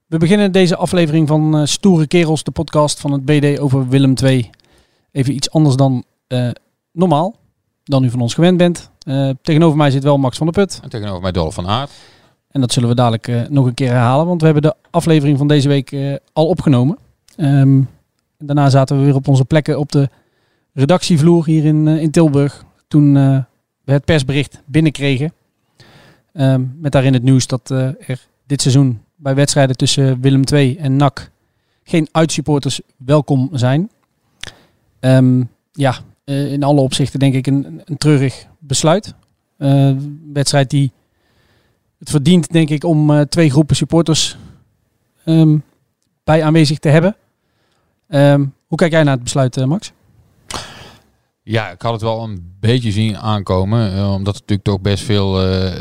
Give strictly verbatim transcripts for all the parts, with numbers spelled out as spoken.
We beginnen deze aflevering van uh, Stoere Kerels, de podcast van het B D over Willem twee. Even iets anders dan uh, normaal, dan u van ons gewend bent. Uh, tegenover mij zit wel Max van der Put. En tegenover mij Dolf van Aert. En dat zullen we dadelijk uh, nog een keer herhalen, want we hebben de aflevering van deze week uh, al opgenomen. Um, daarna zaten we weer op onze plekken op de redactievloer hier in, uh, in Tilburg. Toen uh, we het persbericht binnenkregen. Um, met daarin het nieuws dat uh, er dit seizoen bij wedstrijden tussen Willem twee en N A C geen uitsupporters welkom zijn. Um, ja, uh, in alle opzichten denk ik een, een treurig besluit. Uh, wedstrijd die het verdient, denk ik, om uh, twee groepen supporters um, bij aanwezig te hebben. Um, hoe kijk jij naar het besluit, uh, Max? Ja, ik had het wel een beetje zien aankomen. Uh, omdat er natuurlijk toch best veel uh,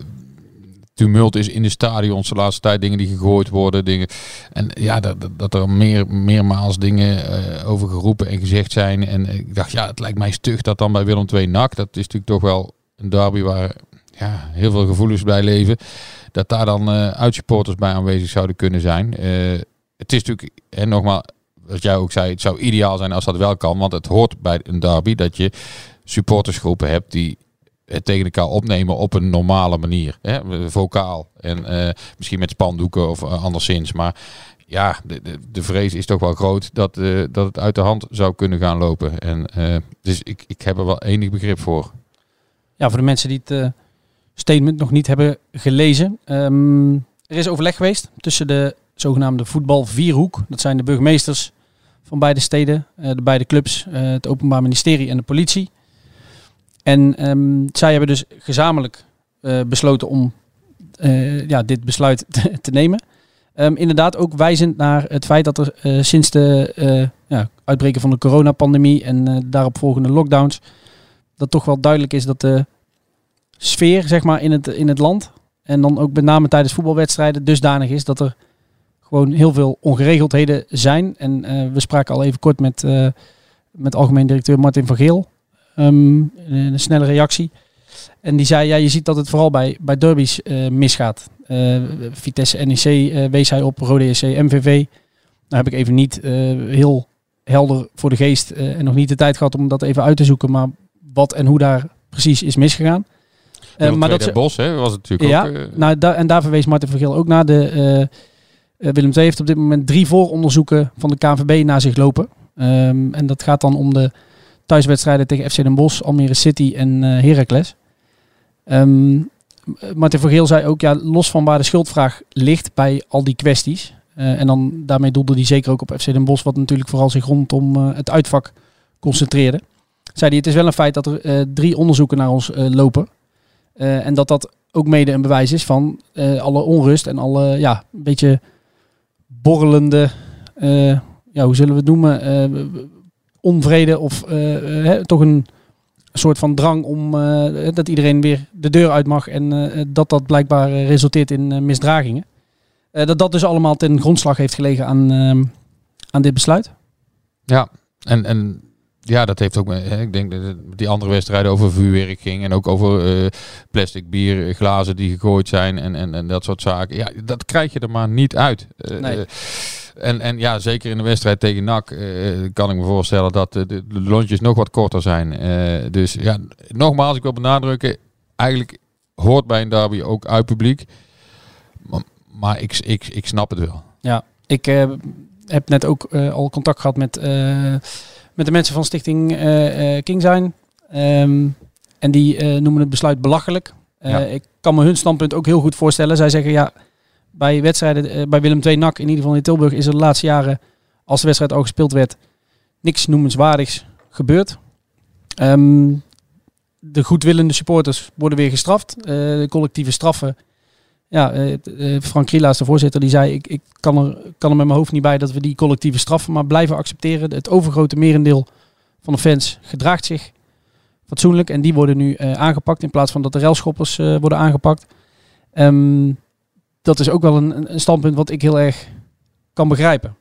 tumult is in de stadions de laatste tijd. Dingen die gegooid worden. Dingen. En ja, dat, dat er meer, meermaals dingen uh, over geroepen en gezegd zijn. En ik dacht, ja, het lijkt mij stug dat dan bij Willem twee N A C. Dat is natuurlijk toch wel een derby waar ja, heel veel gevoelens bij leven. Dat daar dan uh, uitsupporters bij aanwezig zouden kunnen zijn. Uh, het is natuurlijk, en nogmaals, wat jij ook zei, het zou ideaal zijn als dat wel kan. Want het hoort bij een derby dat je supportersgroepen hebt die het tegen elkaar opnemen op een normale manier. Hè? Vocaal en uh, misschien met spandoeken of uh, anderszins. Maar ja, de, de, de vrees is toch wel groot dat, uh, dat het uit de hand zou kunnen gaan lopen. En, uh, dus ik, ik heb er wel enig begrip voor. Ja, voor de mensen die het uh, statement nog niet hebben gelezen. Um, er is overleg geweest tussen de zogenaamde voetbalvierhoek. Dat zijn de burgemeesters van beide steden, uh, de beide clubs, uh, het Openbaar Ministerie en de politie. En um, zij hebben dus gezamenlijk uh, besloten om uh, ja, dit besluit te, te nemen. Um, inderdaad ook wijzend naar het feit dat er uh, sinds de uh, ja, uitbreken van de coronapandemie en uh, daaropvolgende lockdowns, dat toch wel duidelijk is dat de sfeer, zeg maar, in het, in het land, en dan ook met name tijdens voetbalwedstrijden, dusdanig is dat er gewoon heel veel ongeregeldheden zijn. En uh, we spraken al even kort met, uh, met algemeen directeur Martin van Geel. Um, een snelle reactie. En die zei, ja, je ziet dat het vooral bij, bij derbies uh, misgaat. Uh, Vitesse N E C uh, wees hij op, Rode S C M V V. Nou heb ik even niet uh, heel helder voor de geest uh, en nog niet de tijd gehad om dat even uit te zoeken. Maar wat en hoe daar precies is misgegaan. Uh, maar dat Bos, hè, was het natuurlijk ja, ook. Uh... Nou, da- en daar verwees Martin van Geel ook naar. De, uh, uh, Willem twee heeft op dit moment drie vooronderzoeken van de K N V B naar zich lopen. Um, en dat gaat dan om de thuiswedstrijden tegen F C Den Bosch, Almere City en uh, Heracles. Um, Martin van Geel zei ook, ja, los van waar de schuldvraag ligt bij al die kwesties. Uh, en dan daarmee doelde hij zeker ook op F C Den Bosch, wat natuurlijk vooral zich rondom uh, het uitvak concentreerde. Zei hij, het is wel een feit dat er uh, drie onderzoeken naar ons uh, lopen. Uh, en dat dat ook mede een bewijs is van uh, alle onrust en alle ja, een beetje borrelende, uh, ja, hoe zullen we het noemen, uh, onvrede of uh, uh, hè, toch een soort van drang om uh, dat iedereen weer de deur uit mag en uh, dat dat blijkbaar uh, resulteert in uh, misdragingen. Uh, dat dat dus allemaal ten grondslag heeft gelegen aan, uh, aan dit besluit. Ja, en, en ja, dat heeft ook, hè, ik denk dat die andere wedstrijden over vuurwerk ging en ook over uh, plastic bier, glazen die gegooid zijn en, en, en dat soort zaken. Ja, dat krijg je er maar niet uit. Uh, nee. En, en ja, zeker in de wedstrijd tegen N A C uh, kan ik me voorstellen dat uh, de, de lontjes nog wat korter zijn. Uh, dus ja, nogmaals, ik wil benadrukken, eigenlijk hoort bij een derby ook uit publiek. Maar, maar ik, ik, ik snap het wel. Ja, ik uh, heb net ook uh, al contact gehad met, uh, met de mensen van Stichting uh, uh, King Zijn. Um, en die uh, noemen het besluit belachelijk. Uh, ja. Ik kan me hun standpunt ook heel goed voorstellen. Zij zeggen, ja, bij wedstrijden, uh, bij Willem twee N A C, in ieder geval in Tilburg, is er de laatste jaren, als de wedstrijd al gespeeld werd, niks noemenswaardigs gebeurd. Um, de goedwillende supporters worden weer gestraft. Uh, de collectieve straffen. Ja, uh, uh, Frank Krielaas, de voorzitter, die zei, ik, ik kan, er, kan er met mijn hoofd niet bij dat we die collectieve straffen maar blijven accepteren. Het overgrote merendeel van de fans gedraagt zich fatsoenlijk en die worden nu uh, aangepakt in plaats van dat de relschoppers uh, worden aangepakt. Um, dat is ook wel een, een standpunt wat ik heel erg kan begrijpen.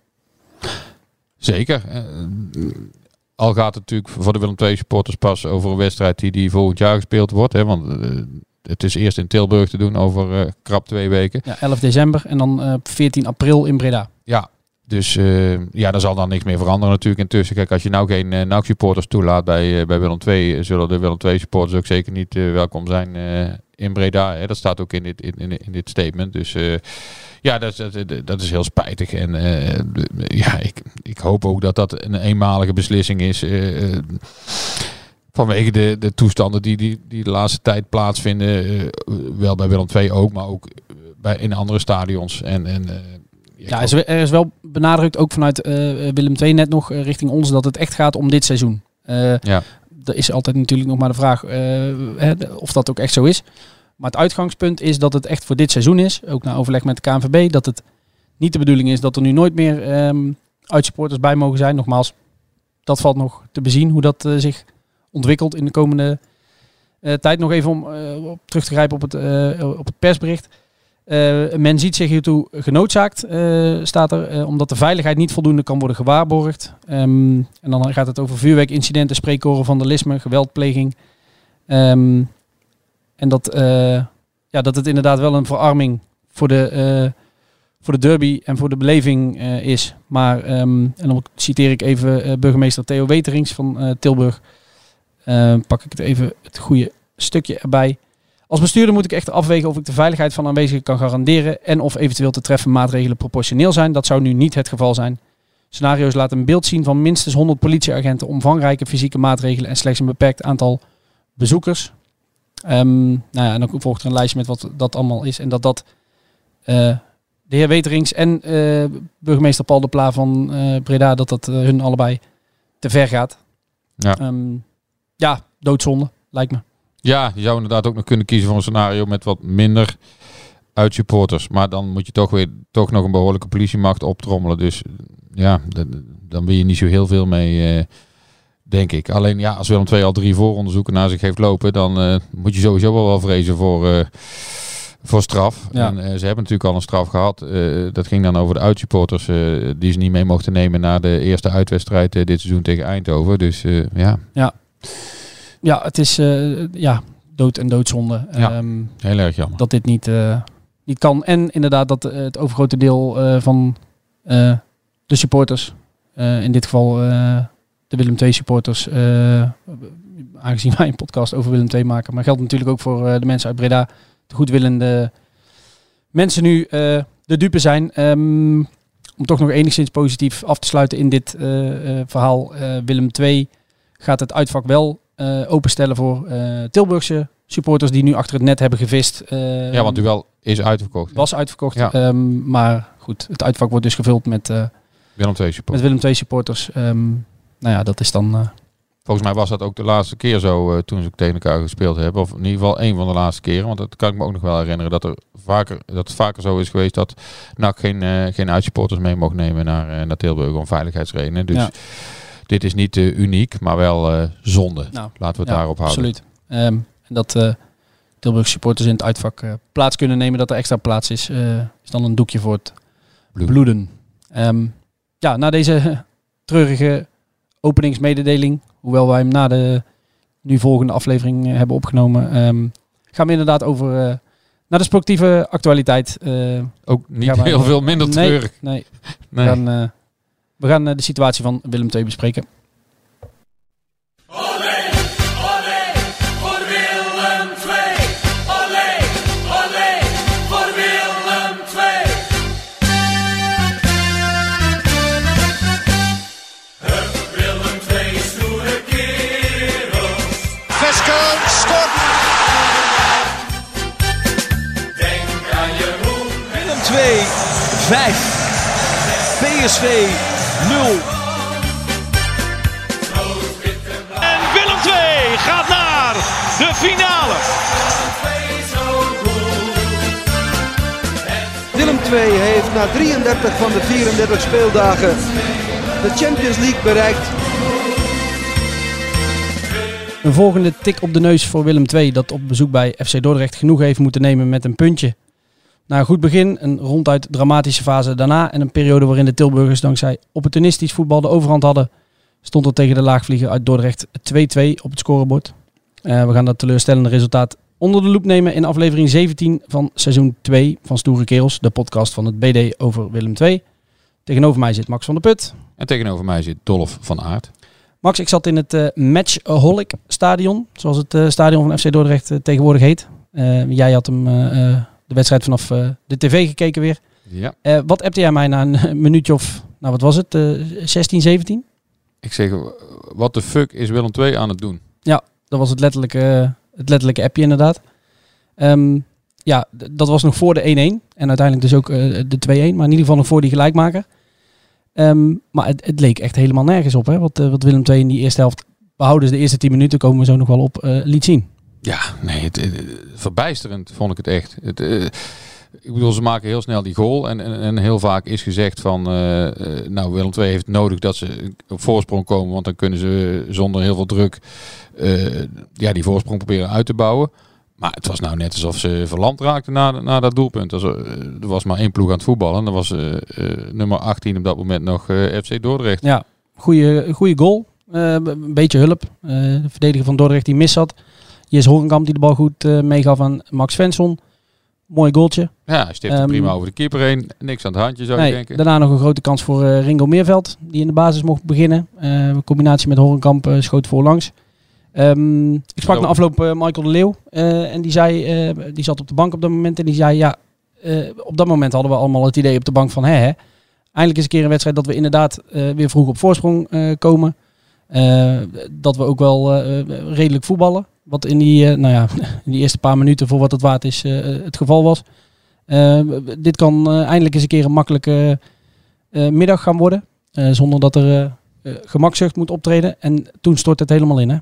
Zeker. Uh, al gaat het natuurlijk voor de Willem twee supporters pas over een wedstrijd die, die volgend jaar gespeeld wordt. Hè, want uh, het is eerst in Tilburg te doen over uh, krap twee weken. Ja, elf december en dan uh, veertien april in Breda. Ja, dus uh, ja, daar zal dan niks meer veranderen natuurlijk intussen. Kijk, als je nou geen uh, N A C supporters toelaat bij, uh, bij Willem twee, zullen de Willem twee supporters ook zeker niet uh, welkom zijn uh, in Breda. Hè? Dat staat ook in dit, in, in, in dit statement. Dus uh, ja, dat, dat, dat is heel spijtig. En uh, ja, ik, ik hoop ook dat dat een eenmalige beslissing is. Uh, vanwege de, de toestanden die, die, die de laatste tijd plaatsvinden. Uh, wel bij Willem twee ook, maar ook bij, in andere stadions. En, en uh, Ja, is, er is wel benadrukt, ook vanuit uh, Willem twee net nog uh, richting ons, dat het echt gaat om dit seizoen. Uh, ja. Er is altijd natuurlijk nog maar de vraag uh, hè, of dat ook echt zo is. Maar het uitgangspunt is dat het echt voor dit seizoen is. Ook na overleg met de K N V B. Dat het niet de bedoeling is dat er nu nooit meer um, uitsupporters bij mogen zijn. Nogmaals, dat valt nog te bezien hoe dat uh, zich ontwikkelt in de komende uh, tijd. Nog even om uh, op terug te grijpen op het, uh, op het persbericht. Uh, men ziet zich hiertoe genoodzaakt, uh, staat er, uh, omdat de veiligheid niet voldoende kan worden gewaarborgd. Um, en dan gaat het over vuurwerkincidenten, spreekkoren, vandalisme, geweldpleging. Um, en dat, uh, ja, dat het inderdaad wel een verarming voor de, uh, voor de derby en voor de beleving uh, is. Maar, um, en dan citeer ik even uh, burgemeester Theo Weterings van uh, Tilburg. Uh, pak ik het even het goede stukje erbij. Als bestuurder moet ik echt afwegen of ik de veiligheid van aanwezigen kan garanderen en of eventueel te treffen maatregelen proportioneel zijn. Dat zou nu niet het geval zijn. Scenario's laten een beeld zien van minstens honderd politieagenten, omvangrijke fysieke maatregelen en slechts een beperkt aantal bezoekers. Um, nou ja, en dan volgt er een lijstje met wat dat allemaal is. En dat dat uh, de heer Weterings en uh, burgemeester Paul de Pla van uh, Breda, dat dat uh, hun allebei te ver gaat. Ja, um, ja doodzonde, lijkt me. Ja, je zou inderdaad ook nog kunnen kiezen voor een scenario met wat minder uitsupporters. Maar dan moet je toch weer toch nog een behoorlijke politiemacht optrommelen. Dus ja, d- dan ben je niet zo heel veel mee, uh, denk ik. Alleen ja, als Willem twee al drie vooronderzoeken naar zich heeft lopen, dan uh, moet je sowieso wel wel vrezen voor, uh, voor straf. Ja. En uh, ze hebben natuurlijk al een straf gehad. Uh, dat ging dan over de uitsupporters uh, die ze niet mee mochten nemen naar de eerste uitwedstrijd uh, dit seizoen tegen Eindhoven. Dus uh, ja... Ja. Ja, het is uh, ja, dood en doodzonde. Ja, um, heel erg jammer. Dat dit niet, uh, niet kan. En inderdaad dat uh, het overgrote deel uh, van uh, de supporters, uh, in dit geval uh, de Willem twee supporters, uh, aangezien wij een podcast over Willem twee maken, maar geldt natuurlijk ook voor uh, de mensen uit Breda, de goedwillende mensen nu uh, de dupe zijn. Um, om toch nog enigszins positief af te sluiten in dit uh, uh, verhaal. Uh, Willem twee gaat het uitvak wel Uh, openstellen voor uh, Tilburgse supporters die nu achter het net hebben gevist. Uh, ja, want het duel is uitverkocht. Was uitverkocht. Ja. Um, maar goed, het uitvak wordt dus gevuld met uh, Willem twee supporters. Met Willem twee supporters. Um, nou ja, dat is dan... Uh, Volgens mij was dat ook de laatste keer zo uh, toen ze tegen elkaar gespeeld hebben. Of in ieder geval één van de laatste keren. Want dat kan ik me ook nog wel herinneren. Dat, er vaker, dat het vaker zo is geweest dat N A C geen, uh, geen uitsupporters mee mocht nemen naar, uh, naar Tilburg om veiligheidsredenen. Dus... Ja. Dit is niet uh, uniek, maar wel uh, zonde. Nou, laten we het ja, daarop houden. Absoluut. Um, en dat uh, Tilburgse supporters in het uitvak uh, plaats kunnen nemen, dat er extra plaats is, uh, is dan een doekje voor het bloeden. bloeden. Um, ja, na deze treurige openingsmededeling, hoewel wij hem na de nu volgende aflevering uh, hebben opgenomen, um, gaan we inderdaad over uh, naar de sportieve actualiteit. Uh, Ook niet heel wij, veel minder treurig. Nee, nee. nee. We gaan... Uh, We gaan uh, de situatie van Willem twee bespreken. Olé, olé, voor Willem twee. Olé, olé, voor Willem twee. Hup, Willem twee, stoere kerels. Vesker, stop! Denk aan Jeroen. Willem twee, vijf. P S V nul. En Willem twee gaat naar de finale. Willem twee heeft na drieëndertig van de vierendertig speeldagen de Champions League bereikt. Een volgende tik op de neus voor Willem twee, dat op bezoek bij F C Dordrecht genoeg heeft moeten nemen met een puntje. Na een goed begin, een ronduit dramatische fase daarna en een periode waarin de Tilburgers dankzij opportunistisch voetbal de overhand hadden, stond er tegen de laagvlieger uit Dordrecht twee twee op het scorebord. Uh, we gaan dat teleurstellende resultaat onder de loep nemen in aflevering zeventien van seizoen twee van Stoere Kerels, de podcast van het B D over Willem twee. Tegenover mij zit Max van der Put. En tegenover mij zit Dolf van Aert. Max, ik zat in het uh, Matchaholic stadion, zoals het uh, stadion van F C Dordrecht uh, tegenwoordig heet. Uh, jij had hem uh, uh, de wedstrijd vanaf uh, de tv gekeken weer. Ja. Uh, wat appte jij mij na een minuutje of, nou wat was het, uh, zestien, zeventien? Ik zeg, wat de fuck is Willem twee aan het doen? Ja, dat was het letterlijke, uh, het letterlijke appje inderdaad. Um, ja, d- dat was nog voor de één-één. En uiteindelijk dus ook uh, de twee-één. Maar in ieder geval nog voor die gelijkmaker. Um, maar het, het leek echt helemaal nergens op. Hè? Wat, uh, wat Willem twee in die eerste helft, behouden de eerste tien minuten, komen we zo nog wel op, uh, liet zien. Ja, nee, het, het, verbijsterend vond ik het echt. Het, uh, ik bedoel, ze maken heel snel die goal. En, en, en heel vaak is gezegd van, uh, uh, nou, Willem twee heeft nodig dat ze op voorsprong komen. Want dan kunnen ze zonder heel veel druk uh, ja, die voorsprong proberen uit te bouwen. Maar het was nou net alsof ze verlamd raakten na, na dat doelpunt. Er was maar één ploeg aan het voetballen. En dat was uh, uh, nummer achttien op dat moment nog uh, F C Dordrecht. Ja, goede goal. Uh, een beetje hulp. Uh, de verdediger van Dordrecht die mis had. Jes Horenkamp die de bal goed uh, meegaf aan Max Svensson. Mooi goaltje. Ja, hij stipt Um, prima over de keeper heen. Niks aan het handje zou nee, je denken. Daarna nog een grote kans voor uh, Ringo Meerveld. Die in de basis mocht beginnen. Uh, in combinatie met Horenkamp uh, schoot voorlangs. Um, ik sprak Zo. na afloop uh, Michael de Leeuw. Uh, en die zei, uh, die zat op de bank op dat moment. En die zei, ja, uh, op dat moment hadden we allemaal het idee op de bank van, hè, hè. Eindelijk is een keer een wedstrijd dat we inderdaad uh, weer vroeg op voorsprong uh, komen. Uh, dat we ook wel uh, redelijk voetballen. Wat in die, uh, nou ja, in die eerste paar minuten voor wat het waard is uh, het geval was. Uh, dit kan uh, eindelijk eens een keer een makkelijke uh, middag gaan worden. Uh, zonder dat er uh, uh, gemakzucht moet optreden. En toen stort het helemaal in, hè?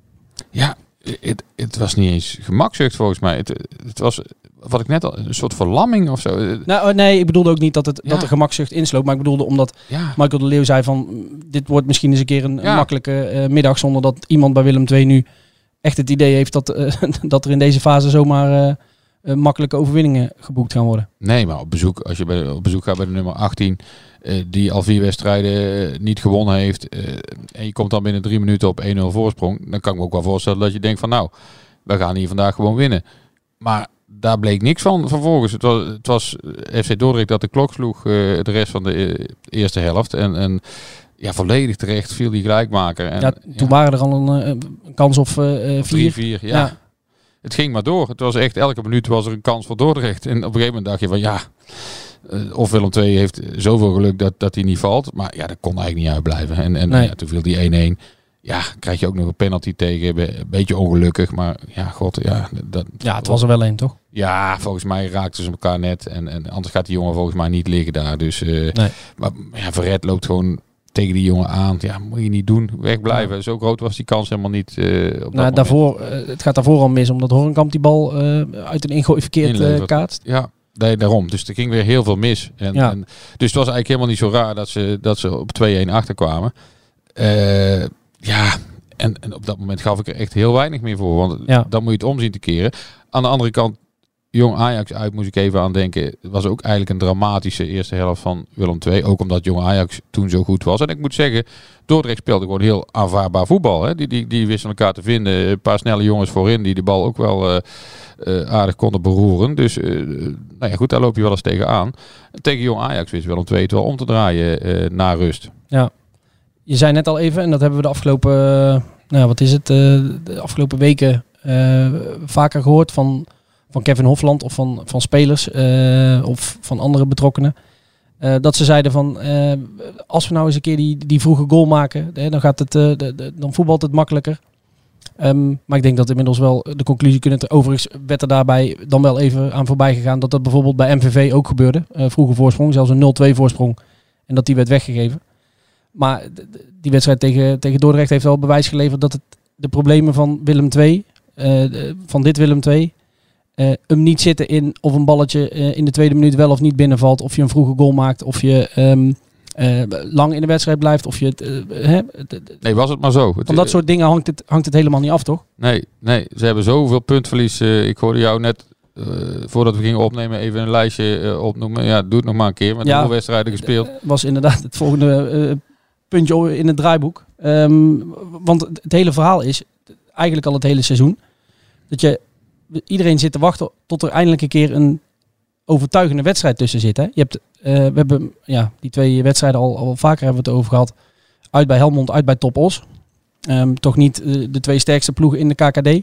Ja, het, het was niet eens gemakzucht volgens mij. Het, het was, wat ik net al, een soort verlamming of zo. Nou, nee, ik bedoelde ook niet dat, het, Ja. dat er gemakzucht insloot. Maar ik bedoelde omdat Ja, Michael de Leeuw zei van, dit wordt misschien eens een keer een, een Ja. makkelijke uh, middag. Zonder dat iemand bij Willem twee nu echt het idee heeft dat, uh, dat er in deze fase zomaar uh, uh, makkelijke overwinningen geboekt gaan worden. nee, maar op bezoek, als je bij, op bezoek gaat bij de nummer achttien, uh, die al vier wedstrijden uh, niet gewonnen heeft, uh, en je komt dan binnen drie minuten op één nul voorsprong, dan kan ik me ook wel voorstellen dat je denkt van, nou, we gaan hier vandaag gewoon winnen. Maar daar bleek niks van vervolgens. Het was, het was F C Dordrecht dat de klok sloeg uh, de rest van de uh, eerste helft. En, en ja, volledig terecht viel die gelijkmaker. En, Ja, toen waren er al een, uh, een kans of uh, drie, vier. vier, ja. Ja. Het ging maar door. Het was echt, elke minuut was er een kans voor Dordrecht. En op een gegeven moment dacht je van, ja, uh, of Willem twee heeft zoveel geluk dat, dat hij niet valt. Maar ja, dat kon eigenlijk niet uitblijven. En, en Nee. ja, toen viel die één-één. Ja, krijg je ook nog een penalty tegen. Een beetje ongelukkig, maar ja, god, ja. Dat, Ja, het was er wel één, toch? Ja, volgens mij raakten ze elkaar net. En, en anders gaat die jongen volgens mij niet liggen daar. Dus, uh, Nee. Maar ja, Verret loopt gewoon tegen die jongen aan. Ja, moet je niet doen. Wegblijven. Zo groot was die kans helemaal niet. Uh, op dat Nou, moment. daarvoor, uh, het gaat daarvoor al mis, omdat Horenkamp die bal uh, uit een ingooi verkeerd uh, Inlevert. kaatst. Ja, nee, daarom. Dus er ging weer heel veel mis. En, Ja. en, dus het was eigenlijk helemaal niet zo raar dat ze, dat ze op twee-één achterkwamen. Uh, ja, en, en op dat moment gaf ik er echt heel weinig meer voor. Want Ja. dan moet je het om zien te keren. Aan de andere kant, Jong Ajax uit moest ik even aan denken. Het was ook eigenlijk een dramatische eerste helft van Willem twee. Ook omdat Jong Ajax toen zo goed was. En ik moet zeggen, Dordrecht speelde gewoon heel aanvaardbaar voetbal. Hè. Die, die, die wisten elkaar te vinden. Een paar snelle jongens voorin die de bal ook wel uh, uh, aardig konden beroeren. Dus uh, nou ja, goed, daar loop je wel eens tegenaan. En tegen Jong Ajax wist Willem twee het wel om te draaien uh, na rust. Ja. Je zei net al even, en dat hebben we de afgelopen, uh, nou wat is het, uh, de afgelopen weken uh, vaker gehoord van, van Kevin Hofland of van, van spelers uh, of van andere betrokkenen. Uh, dat ze zeiden van, uh, als we nou eens een keer die, die vroege goal maken, hè, dan, gaat het, uh, de, de, dan voetbalt het makkelijker. Um, maar ik denk dat inmiddels wel de conclusie kunnen trekken. Overigens werd er daarbij dan wel even aan voorbij gegaan dat dat bijvoorbeeld bij M V V ook gebeurde. Uh, vroege voorsprong, zelfs een nul twee voorsprong. En dat die werd weggegeven. Maar die wedstrijd tegen, tegen Dordrecht heeft wel bewijs geleverd dat het de problemen van Willem twee, uh, van dit Willem twee, uh, hem niet zitten in of een balletje uh, in de tweede minuut wel of niet binnenvalt. Of je een vroege goal maakt. Of je um, uh, lang in de wedstrijd blijft. Of je het, uh, hè, Nee, was het maar zo. Het, van dat soort dingen hangt het, hangt het helemaal niet af, toch? Nee, nee, ze hebben zoveel puntverlies. Uh, ik hoorde jou net, uh, voordat we gingen opnemen, even een lijstje uh, opnoemen. Ja, doe het nog maar een keer. Met Ja. hoeveel wedstrijden gespeeld. Was inderdaad het volgende uh, puntje in het draaiboek. Um, want het hele verhaal is, eigenlijk al het hele seizoen, dat je we- iedereen zit te wachten tot er eindelijk een keer een overtuigende wedstrijd tussen zit. Hè? Je hebt, uh, we hebben ja, die twee wedstrijden al, al vaker hebben we het over gehad. Uit bij Helmond, uit bij Top Os. Um, toch niet uh, de twee sterkste ploegen in de K K D. Uh,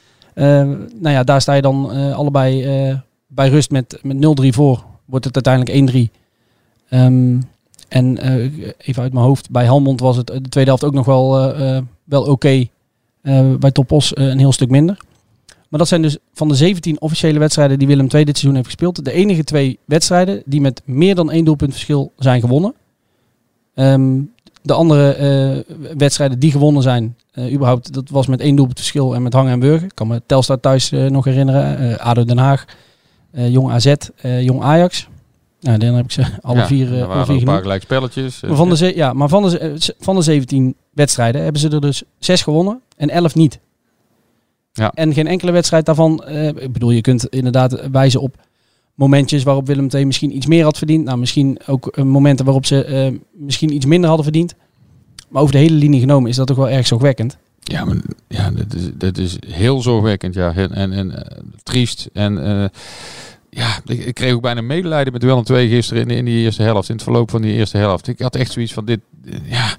nou ja, daar sta je dan uh, allebei uh, bij rust met, met nul drie voor. Wordt het uiteindelijk één drie. Um, en uh, even uit mijn hoofd, bij Helmond was het de tweede helft ook nog wel, uh, uh, wel oké. Okay. Uh, bij Top Os uh, een heel stuk minder. Maar dat zijn dus van de zeventien officiële wedstrijden die Willem twee dit seizoen heeft gespeeld, de enige twee wedstrijden die met meer dan één doelpunt verschil zijn gewonnen. Um, de andere uh, wedstrijden die gewonnen zijn, uh, überhaupt, dat was met één doelpunt verschil en met hangen en wurgen. Ik kan me Telstar thuis uh, nog herinneren, uh, A D O Den Haag, uh, Jong A Z, uh, Jong Ajax. Nou, dan heb ik ze alle ja, vier, uh, er alle waren vier ook een paar genoemd. gelijk spelletjes. Maar van de, ze- ja, maar van de, ze- van de zeventien wedstrijden hebben ze er dus zes gewonnen en elf niet. Ja. En geen enkele wedstrijd daarvan, uh, ik bedoel, je kunt inderdaad wijzen op momentjes waarop Willem twee misschien iets meer had verdiend. Nou, misschien ook uh, momenten waarop ze uh, misschien iets minder hadden verdiend. Maar over de hele linie genomen is dat toch wel erg zorgwekkend. Ja, maar ja, dat is, dat is heel zorgwekkend, ja. En, en, en uh, triest. En uh, ja, ik, ik kreeg ook bijna medelijden met Willem twee gisteren in, in die eerste helft. In het verloop van die eerste helft. Ik had echt zoiets van dit, ja,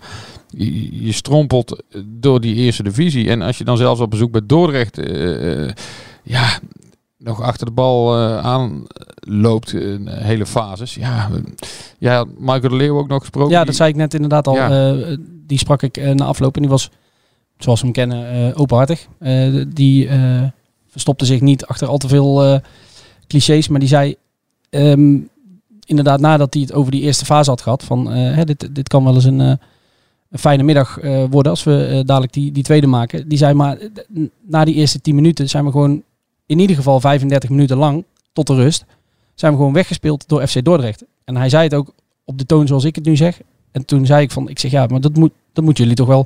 je, je strompelt door die eerste divisie. En als je dan zelfs op bezoek bij Dordrecht, uh, uh, ja, nog achter de bal uh, aan loopt in hele fases. Ja, ja, Michael de Leeuw ook nog gesproken. Ja, dat zei ik net inderdaad al. Ja. Uh, die sprak ik uh, na afloop en die was, zoals we hem kennen, uh, openhartig. Uh, die uh, verstopte zich niet achter al te veel uh, clichés, maar die zei um, inderdaad nadat hij het over die eerste fase had gehad, van uh, hè, dit, dit kan wel eens een, uh, een fijne middag uh, worden als we uh, dadelijk die, die tweede maken. Die zei maar, uh, na die eerste tien minuten zijn we gewoon in ieder geval vijfendertig minuten lang, tot de rust, zijn we gewoon weggespeeld door F C Dordrecht. En hij zei het ook op de toon zoals ik het nu zeg. En toen zei ik van, ik zeg ja, maar dat moet, dat moeten jullie toch wel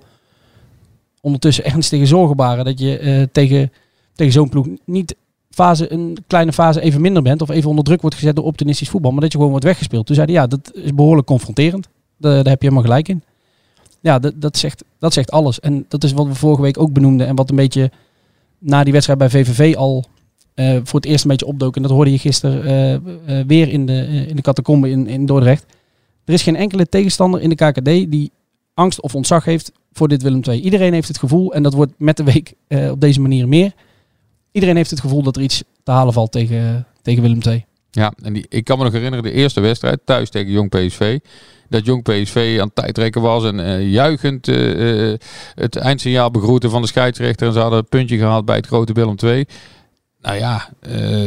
ondertussen ernstige zorgen baren. Dat je uh, tegen, tegen zo'n ploeg niet fase, een kleine fase even minder bent. Of even onder druk wordt gezet door optimistisch voetbal. Maar dat je gewoon wordt weggespeeld. Toen zei hij, ja, dat is behoorlijk confronterend. Daar, daar heb je helemaal gelijk in. Ja, dat, dat, zegt, dat zegt alles. En dat is wat we vorige week ook benoemden. En wat een beetje na die wedstrijd bij V V V al uh, voor het eerst een beetje opdook. En dat hoorde je gisteren uh, uh, weer in de, uh, in de catacombe in, in Dordrecht. Er is geen enkele tegenstander in de K K D die angst of ontzag heeft voor dit Willem twee. Iedereen heeft het gevoel, en dat wordt met de week uh, op deze manier meer. Iedereen heeft het gevoel dat er iets te halen valt tegen, tegen Willem twee. Ja, en die, ik kan me nog herinneren de eerste wedstrijd thuis tegen Jong P S V. Dat Jong P S V aan het tijdrekken was en uh, juichend uh, uh, het eindsignaal begroeten van de scheidsrechter. En ze hadden een puntje gehaald bij het grote Willem twee. Nou ja, uh,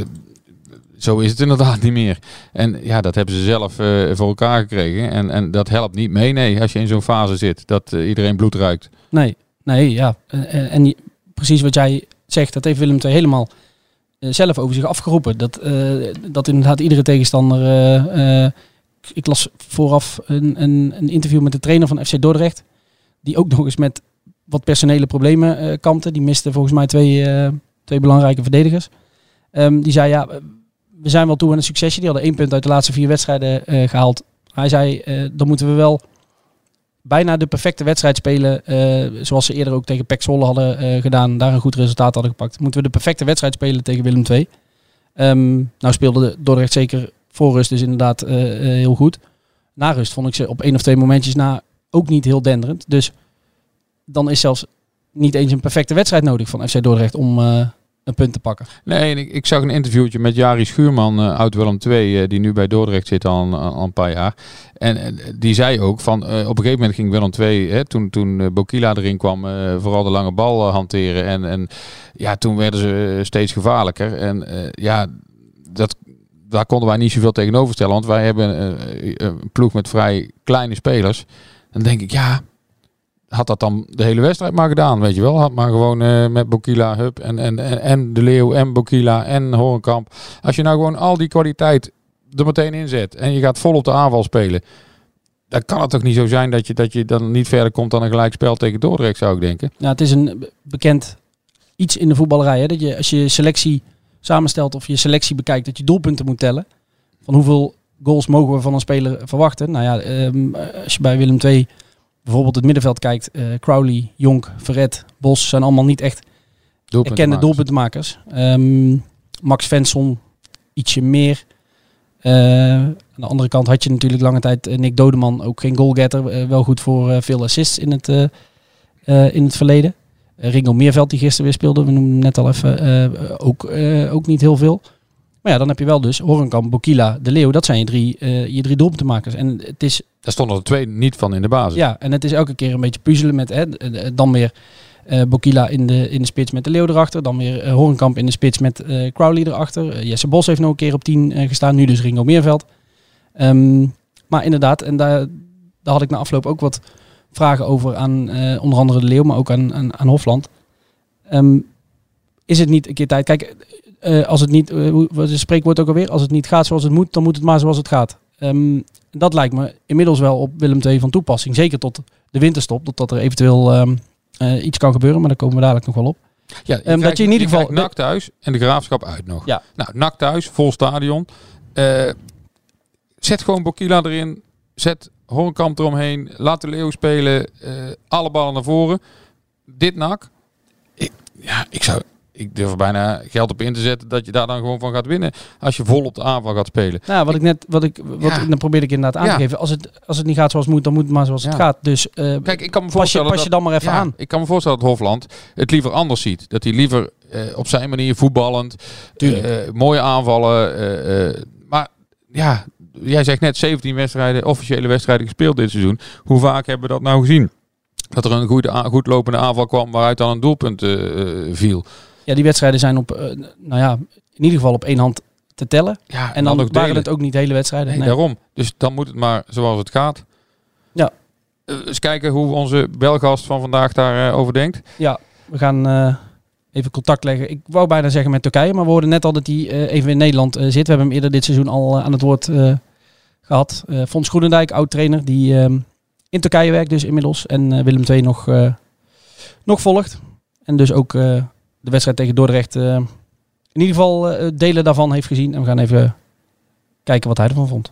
zo is het inderdaad niet meer. En ja, dat hebben ze zelf uh, voor elkaar gekregen. En, en dat helpt niet mee, nee, als je in zo'n fase zit. Dat uh, iedereen bloed ruikt. Nee, nee, ja. Uh, en die, precies wat jij zegt, dat heeft Willem twee helemaal uh, zelf over zich afgeroepen. Dat, uh, dat inderdaad iedere tegenstander... Uh, uh, ik las vooraf een, een, een interview met de trainer van F C Dordrecht. Die ook nog eens met wat personele problemen uh, kampte. Die miste volgens mij twee, uh, twee belangrijke verdedigers. Um, die zei, ja, we zijn wel toe aan een succesje. Die hadden één punt uit de laatste vier wedstrijden uh, gehaald. Hij zei, uh, dan moeten we wel bijna de perfecte wedstrijd spelen. Uh, zoals ze eerder ook tegen P E C Zwolle hadden uh, gedaan. Daar een goed resultaat hadden gepakt. Moeten we de perfecte wedstrijd spelen tegen Willem twee. Um, nou speelde Dordrecht zeker voor rust dus inderdaad uh, uh, heel goed. Na rust vond ik ze op één of twee momentjes na ook niet heel denderend. Dus dan is zelfs niet eens een perfecte wedstrijd nodig van F C Dordrecht om uh, een punt te pakken. Nee, en ik, ik zag een interviewtje met Jari Schuurman, uh, oud Willem twee, uh, die nu bij Dordrecht zit al, al een paar jaar. En uh, die zei ook van, uh, op een gegeven moment ging Willem twee, hè, toen, toen uh, Bokila erin kwam, uh, vooral de lange bal uh, hanteren. En, en ja, toen werden ze uh, steeds gevaarlijker. En uh, ja, dat... daar konden wij niet zoveel tegenover stellen. Want wij hebben uh, een ploeg met vrij kleine spelers. Dan denk ik, ja, had dat dan de hele wedstrijd maar gedaan, weet je wel. Had maar gewoon uh, met Bokila, Hup en, en, en, en De Leeuw en Bokila en Horenkamp. Als je nou gewoon al die kwaliteit er meteen inzet en je gaat vol op de aanval spelen. Dan kan het toch niet zo zijn dat je, dat je dan niet verder komt dan een gelijkspel tegen Dordrecht, zou ik denken. Ja, het is een bekend iets in de voetballerij. Hè? Dat je als je selectie samenstelt of je selectie bekijkt, dat je doelpunten moet tellen. Van hoeveel goals mogen we van een speler verwachten? Nou ja, um, als je bij Willem twee bijvoorbeeld het middenveld kijkt, uh, Crowley, Jonk, Verret, Bos zijn allemaal niet echt erkende doelpuntenmakers. Um, Max Svensson ietsje meer. Uh, aan de andere kant had je natuurlijk lange tijd uh, Nick Dodeman, ook geen goalgetter. Uh, wel goed voor uh, veel assists in het, uh, uh, in het verleden. Uh, Ringo Meerveld die gisteren weer speelde, we noemden hem net al even, uh, ook, uh, ook niet heel veel. Maar ja, dan heb je wel dus Horenkamp, Bokila, De Leeuw. Dat zijn je drie, uh, je drie doelpuntenmakers. En het is... Daar stonden er twee niet van in de basis. Ja, en het is elke keer een beetje puzzelen met hè, dan weer uh, Bokila in de, in de spits met De Leeuw erachter. Dan weer uh, Horenkamp in de spits met uh, Crowley erachter. Uh, Jesse Bos heeft nog een keer op tien uh, gestaan. Nu dus Ringo Meerveld. Um, maar inderdaad, en daar, daar had ik na afloop ook wat vragen over aan uh, onder andere De Leeuw, maar ook aan, aan, aan Hofland. Um, is het niet een keer tijd? Kijk, uh, als het niet, uh, hoe was het spreekwoord ook alweer? Als het niet gaat zoals het moet, dan moet het maar zoals het gaat. Um, dat lijkt me inmiddels wel op Willem twee van toepassing. Zeker tot de winterstop, totdat er eventueel um, uh, iets kan gebeuren, maar daar komen we dadelijk nog wel op. Ja, je um, dat je in ieder geval N A C thuis en de Graafschap uit nog. Ja. Nou, N A C thuis, vol stadion. Uh, zet gewoon Bokila erin. Zet Horenkamp eromheen. Laat De Leeuw spelen. Uh, alle ballen naar voren. Dit N A C. Ik, ja, ik zou... Ik durf er bijna geld op in te zetten dat je daar dan gewoon van gaat winnen. Als je vol op de aanval gaat spelen. Nou, wat ik net, wat ik, wat Ja. ik, dan probeer ik inderdaad aan Ja. te geven. Als het, als het niet gaat zoals het moet, dan moet het maar zoals het Ja. gaat. Dus uh, Kijk, ik kan me pas, je, voorstellen pas je dan maar even ja, aan. Ik kan me voorstellen dat Hofland het liever anders ziet. Dat hij liever uh, op zijn manier voetballend, uh, mooie aanvallen. Uh, uh, maar ja, jij zegt net zeventien wedstrijden, officiële wedstrijden gespeeld dit seizoen. Hoe vaak hebben we dat nou gezien? Dat er een goede, goed lopende aanval kwam waaruit dan een doelpunt uh, viel. Ja, die wedstrijden zijn op, uh, nou ja, in ieder geval op één hand te tellen. Ja, en, En dan, dan, dan ook waren delen. het ook niet hele wedstrijden. Nee, Nee. daarom. Dus dan moet het maar zoals het gaat. Ja. Uh, eens kijken hoe onze belgast van vandaag daarover uh, over denkt. Ja, we gaan uh, even contact leggen. Ik wou bijna zeggen met Turkije, maar we hoorden net al dat hij uh, even in Nederland uh, zit. We hebben hem eerder dit seizoen al uh, aan het woord uh, gehad. Uh, Fons Groenendijk, oud-trainer, die uh, in Turkije werkt dus inmiddels. En uh, Willem twee nog, uh, nog volgt. En dus ook uh, de wedstrijd tegen Dordrecht uh, in ieder geval uh, delen daarvan heeft gezien. En we gaan even kijken wat hij ervan vond.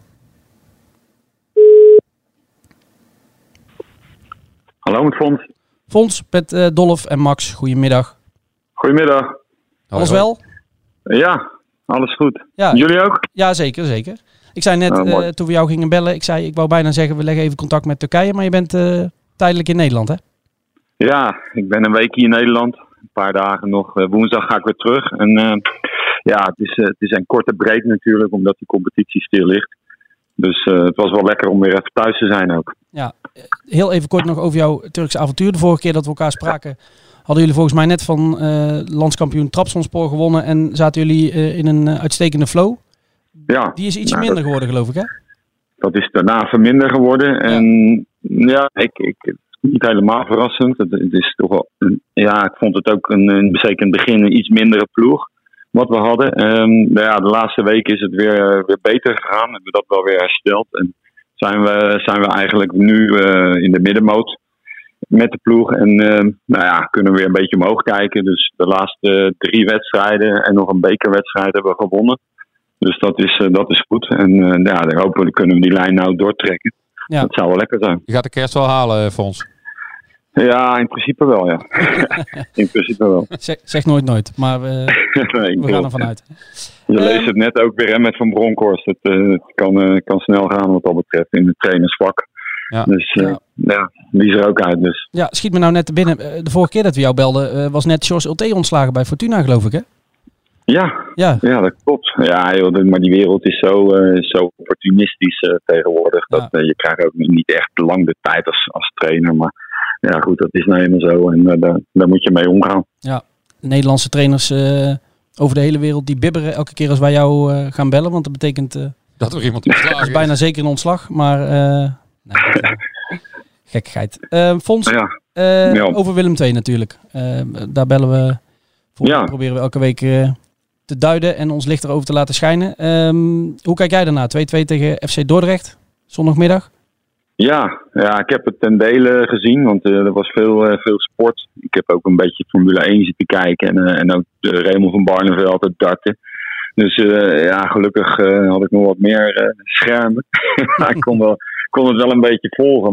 Hallo met Fons. Fons, met uh, Dolf en Max. Goedemiddag. Goedemiddag. Alles wel? Ja, alles goed. Ja, Jullie ook? ja, zeker, zeker. Ik zei net, Oh, mooi. uh, toen we jou gingen bellen, ik zei, ik wou bijna zeggen, we leggen even contact met Turkije, maar je bent uh, tijdelijk in Nederland, hè? Ja, ik ben een week hier in Nederland. Een paar dagen nog. Uh, woensdag ga ik weer terug. En uh, ja, het is, uh, het is een korte break natuurlijk, omdat die competitie stil ligt. Dus uh, het was wel lekker om weer even thuis te zijn ook. Ja, heel even kort nog over jouw Turkse avontuur. De vorige keer dat we elkaar spraken, hadden jullie volgens mij net van uh, landskampioen Trabzonspor gewonnen en zaten jullie uh, in een uh, uitstekende flow. Ja, Die is ietsje nou, minder dat, geworden, geloof ik, hè? dat is daarna veel minder geworden. En ja, ik, ik, het is niet helemaal verrassend. Het, het is toch wel, een- ja, ik vond het ook een, een, zeker in het begin een iets mindere ploeg. Wat we hadden. Um, nou ja, de laatste weken is het weer, uh, weer beter gegaan. Hebben we dat wel weer hersteld. En zijn we, zijn we eigenlijk nu uh, in de middenmoot met de ploeg. En uh, nou ja, kunnen we weer een beetje omhoog kijken. Dus de laatste drie wedstrijden en nog een bekerwedstrijd hebben we gewonnen. Dus dat is, uh, dat is goed. En uh, ja, dan hopen we, kunnen we die lijn nou doortrekken. Ja. Dat zou wel lekker zijn. Je gaat de kerst wel halen, Fons. Ja, in principe wel, ja. in principe wel. Zeg, zeg nooit nooit, maar we, Nee, we gaan ervan uit. Je leest Ehm, het net ook weer hè, met Van Bronckhorst. Het, uh, het kan, uh, kan snel gaan wat dat betreft in het trainersvak. Ja. Dus uh, Ja. ja. die is er ook uit. Dus. Ja, schiet me nou net te binnen. Uh, De vorige keer dat we jou belden, uh, was net George Ulte ontslagen bij Fortuna, geloof ik, hè? Ja, Ja, ja, dat klopt. Ja, joh, de- maar die wereld is zo, uh, zo opportunistisch uh, tegenwoordig. Dat, Ja. uh, je krijgt ook niet echt lang de tijd als, als trainer. Maar ja, goed, dat is nou eenmaal zo. En uh, daar, daar moet je mee omgaan. Nederlandse trainers uh, over de hele wereld die bibberen elke keer als wij jou uh, gaan bellen. Want dat betekent uh, Dat er iemand ontslagen dat is is. bijna zeker een ontslag. Maar uh, nee, dat, uh, gekkigheid. Uh, Fons, Ja, uh, Ja. over Willem twee natuurlijk. Uh, daar bellen we voor. Ja. Proberen we elke week uh, te duiden en ons licht erover te laten schijnen. Um, hoe kijk jij daarna? twee-twee tegen F C Dordrecht, zondagmiddag. Ja, ja, ik heb het ten dele gezien, want uh, er was veel, uh, veel sport. Ik heb ook een beetje Formule één zitten kijken en, uh, en ook uh, Raymond van Barneveld, het darten. Dus uh, ja, gelukkig uh, had ik nog wat meer uh, schermen. ik kon, wel, kon het wel een beetje volgen, maar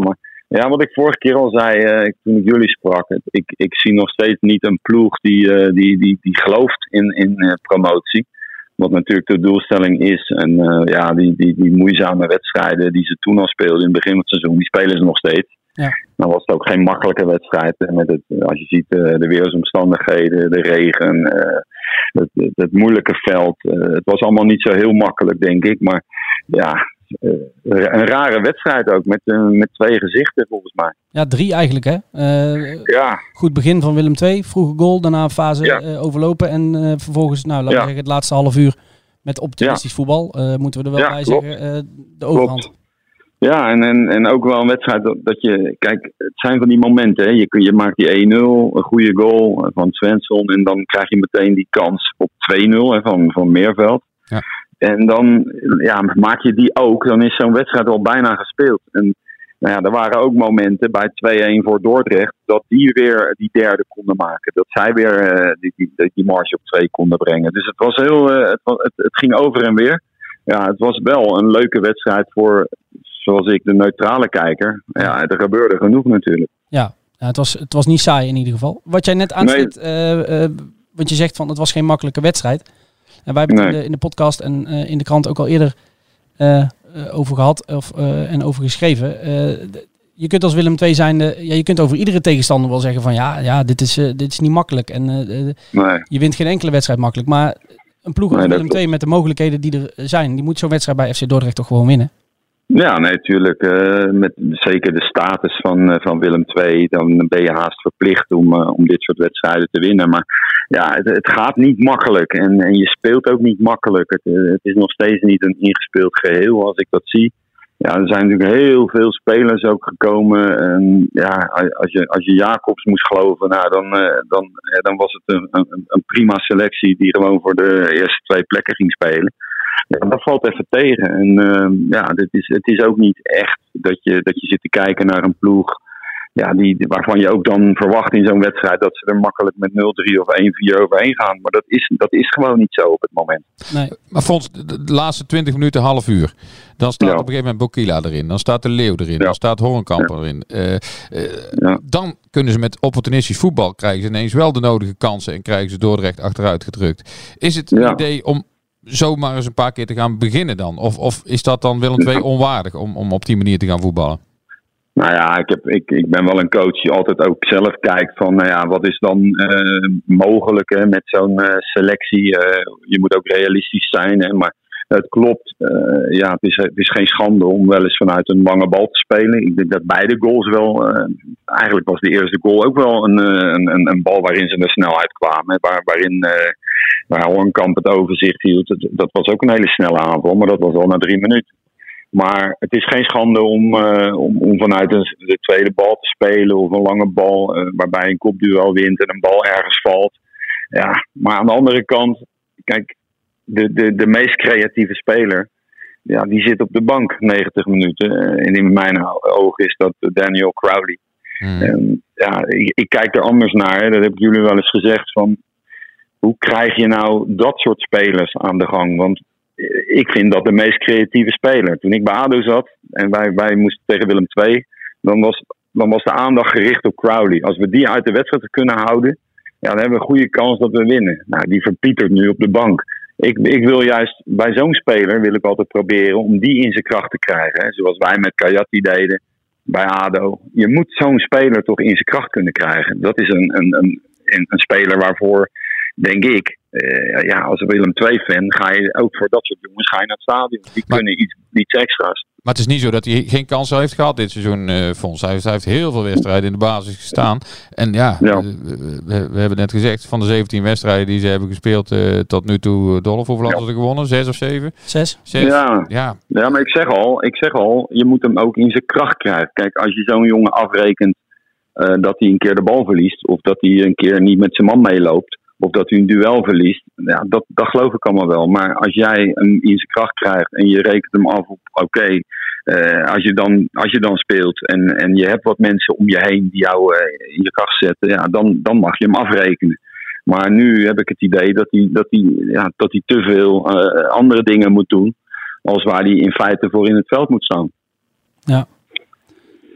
Ja, wat ik vorige keer al zei uh, toen ik jullie sprak. Ik, ik zie nog steeds niet een ploeg die, uh, die, die, die gelooft in, in uh, promotie. Wat natuurlijk de doelstelling is. En uh, ja, die, die, die moeizame wedstrijden die ze toen al speelden in het begin van het seizoen, die spelen ze nog steeds. Ja. Dan was het ook geen makkelijke wedstrijd. Met het, als je ziet uh, de weersomstandigheden, de regen, uh, het, het, het moeilijke veld. Uh, het was allemaal niet zo heel makkelijk, denk ik. Maar ja, uh, een rare wedstrijd ook. Met, uh, met twee gezichten volgens mij. Ja, drie eigenlijk hè. Uh, ja. Goed begin van Willem twee. Vroege goal, daarna een fase ja. uh, overlopen. En uh, vervolgens, nou laten we ja. zeggen, het laatste half uur met optimistisch ja. voetbal. Uh, moeten we er wel ja, bij klopt. zeggen. Uh, de overhand. Klopt. Ja, en, en, en ook wel een wedstrijd dat, dat je... Kijk, het zijn van die momenten. Hè. Je, je maakt die één nul, een goede goal van Svensson. En dan krijg je meteen die kans op twee nul hè, van, van Meerveld. Ja. En dan ja, maak je die ook. Dan is zo'n wedstrijd al bijna gespeeld. En nou ja, er waren ook momenten bij twee-een voor Dordrecht... dat die weer die derde konden maken. Dat zij weer uh, die, die, die marge op twee konden brengen. Dus het was heel... Uh, het, was, het, het ging over en weer. Ja, het was wel een leuke wedstrijd voor... zoals ik, de neutrale kijker. Ja, er gebeurde genoeg natuurlijk. Ja, ja het, was, het was niet saai in ieder geval. Wat jij net aanstipt, nee. uh, uh, want je zegt van het was geen makkelijke wedstrijd. En wij hebben het nee. in, de, in de podcast en uh, in de krant ook al eerder uh, uh, over gehad of, uh, en over geschreven. Uh, de, je kunt als Willem twee zijnde, ja, je kunt over iedere tegenstander wel zeggen van ja, ja dit, is, uh, dit is niet makkelijk. En uh, nee. je wint geen enkele wedstrijd makkelijk. Maar een ploeg als nee, Willem twee met de mogelijkheden die er zijn, die moet zo'n wedstrijd bij F C Dordrecht toch gewoon winnen. Ja, nee, natuurlijk. Uh, met zeker de status van, uh, van Willem twee, dan ben je haast verplicht om, uh, om dit soort wedstrijden te winnen. Maar ja, het, het gaat niet makkelijk en, en je speelt ook niet makkelijk. Het, uh, het is nog steeds niet een ingespeeld geheel als ik dat zie. Ja, er zijn natuurlijk heel veel spelers ook gekomen. En ja, als je, als je Jacobs moest geloven, nou, dan, uh, dan, ja, dan was het een, een, een prima selectie die gewoon voor de eerste twee plekken ging spelen. Ja, dat valt even tegen. En uh, ja, dit is, het is ook niet echt dat je, dat je zit te kijken naar een ploeg ja, die, waarvan je ook dan verwacht in zo'n wedstrijd dat ze er makkelijk met nul drie of één vier overheen gaan. Maar dat is, dat is gewoon niet zo op het moment. Nee. Maar Fons, de laatste twintig minuten, half uur. Dan staat ja. op een gegeven moment Bokila erin. Dan staat de Leeuw erin. Ja. Dan staat Horenkamp ja. erin. Uh, uh, ja. Dan kunnen ze met opportunistisch voetbal krijgen ze ineens wel de nodige kansen en krijgen ze Dordrecht achteruit gedrukt. Is het een ja. idee om zomaar eens een paar keer te gaan beginnen dan? Of, of is dat dan Willem twee onwaardig om, om op die manier te gaan voetballen? Nou ja, ik, heb, ik, ik ben wel een coach die altijd ook zelf kijkt van, nou ja, wat is dan uh, mogelijk hè, met zo'n uh, selectie. Uh, je moet ook realistisch zijn, hè, maar het klopt. Uh, ja, het is, het is geen schande om wel eens vanuit een lange bal te spelen. Ik denk dat beide goals wel, uh, eigenlijk was de eerste goal ook wel een, een, een, een bal waarin ze er snel uitkwamen. Waar, waarin uh, waar Hoornkamp het overzicht hield. Dat, dat was ook een hele snelle aanval, maar dat was al na drie minuten. Maar het is geen schande om, uh, om, om vanuit de, de tweede bal te spelen of een lange bal uh, waarbij een kopduel wint en een bal ergens valt. Ja, maar aan de andere kant, kijk, de, de, de meest creatieve speler, ja, die zit op de bank negentig minuten. Uh, en in mijn ogen is dat Daniel Crowley. Hmm. En, ja, ik, ik kijk er anders naar. Hè. Dat heb ik jullie wel eens gezegd. Van, hoe krijg je nou dat soort spelers aan de gang? Want ik vind dat de meest creatieve speler. Toen ik bij A D O zat en wij, wij moesten tegen Willem twee, dan was, dan was de aandacht gericht op Crowley. Als we die uit de wedstrijd kunnen houden, ja, dan hebben we een goede kans dat we winnen. Nou, die verpietert nu op de bank. Ik, ik wil juist, bij zo'n speler wil ik altijd proberen om die in zijn kracht te krijgen. Hè. Zoals wij met Kayati deden bij A D O. Je moet zo'n speler toch in zijn kracht kunnen krijgen. Dat is een, een, een, een speler waarvoor, denk ik, Uh, ja, als Willem twee fan ga je ook voor dat soort jongens ga je naar het stadion. Die maar, kunnen iets, iets extra's. Maar het is niet zo dat hij geen kans heeft gehad dit seizoen, uh, Fons. Hij heeft, hij heeft heel veel wedstrijden in de basis gestaan. En ja, ja. Uh, we, we hebben net gezegd, van de zeventien wedstrijden die ze hebben gespeeld uh, tot nu toe, uh, Dolf, hoeveel hadden ze gewonnen? Zes of zeven? Zes. Zes. Ja. Ja. ja, maar ik zeg al, ik zeg al, je moet hem ook in zijn kracht krijgen. Kijk, als je zo'n jongen afrekent uh, dat hij een keer de bal verliest, of dat hij een keer niet met zijn man meeloopt, of dat u een duel verliest, ja, dat, dat geloof ik allemaal wel. Maar als jij hem in zijn kracht krijgt en je rekent hem af op, oké, okay, uh, als, je dan, als je dan speelt en, en je hebt wat mensen om je heen die jou uh, in je kracht zetten, ja, dan, dan mag je hem afrekenen. Maar nu heb ik het idee dat hij, dat hij, ja, dat hij te veel uh, andere dingen moet doen, als waar hij in feite voor in het veld moet staan. Ja.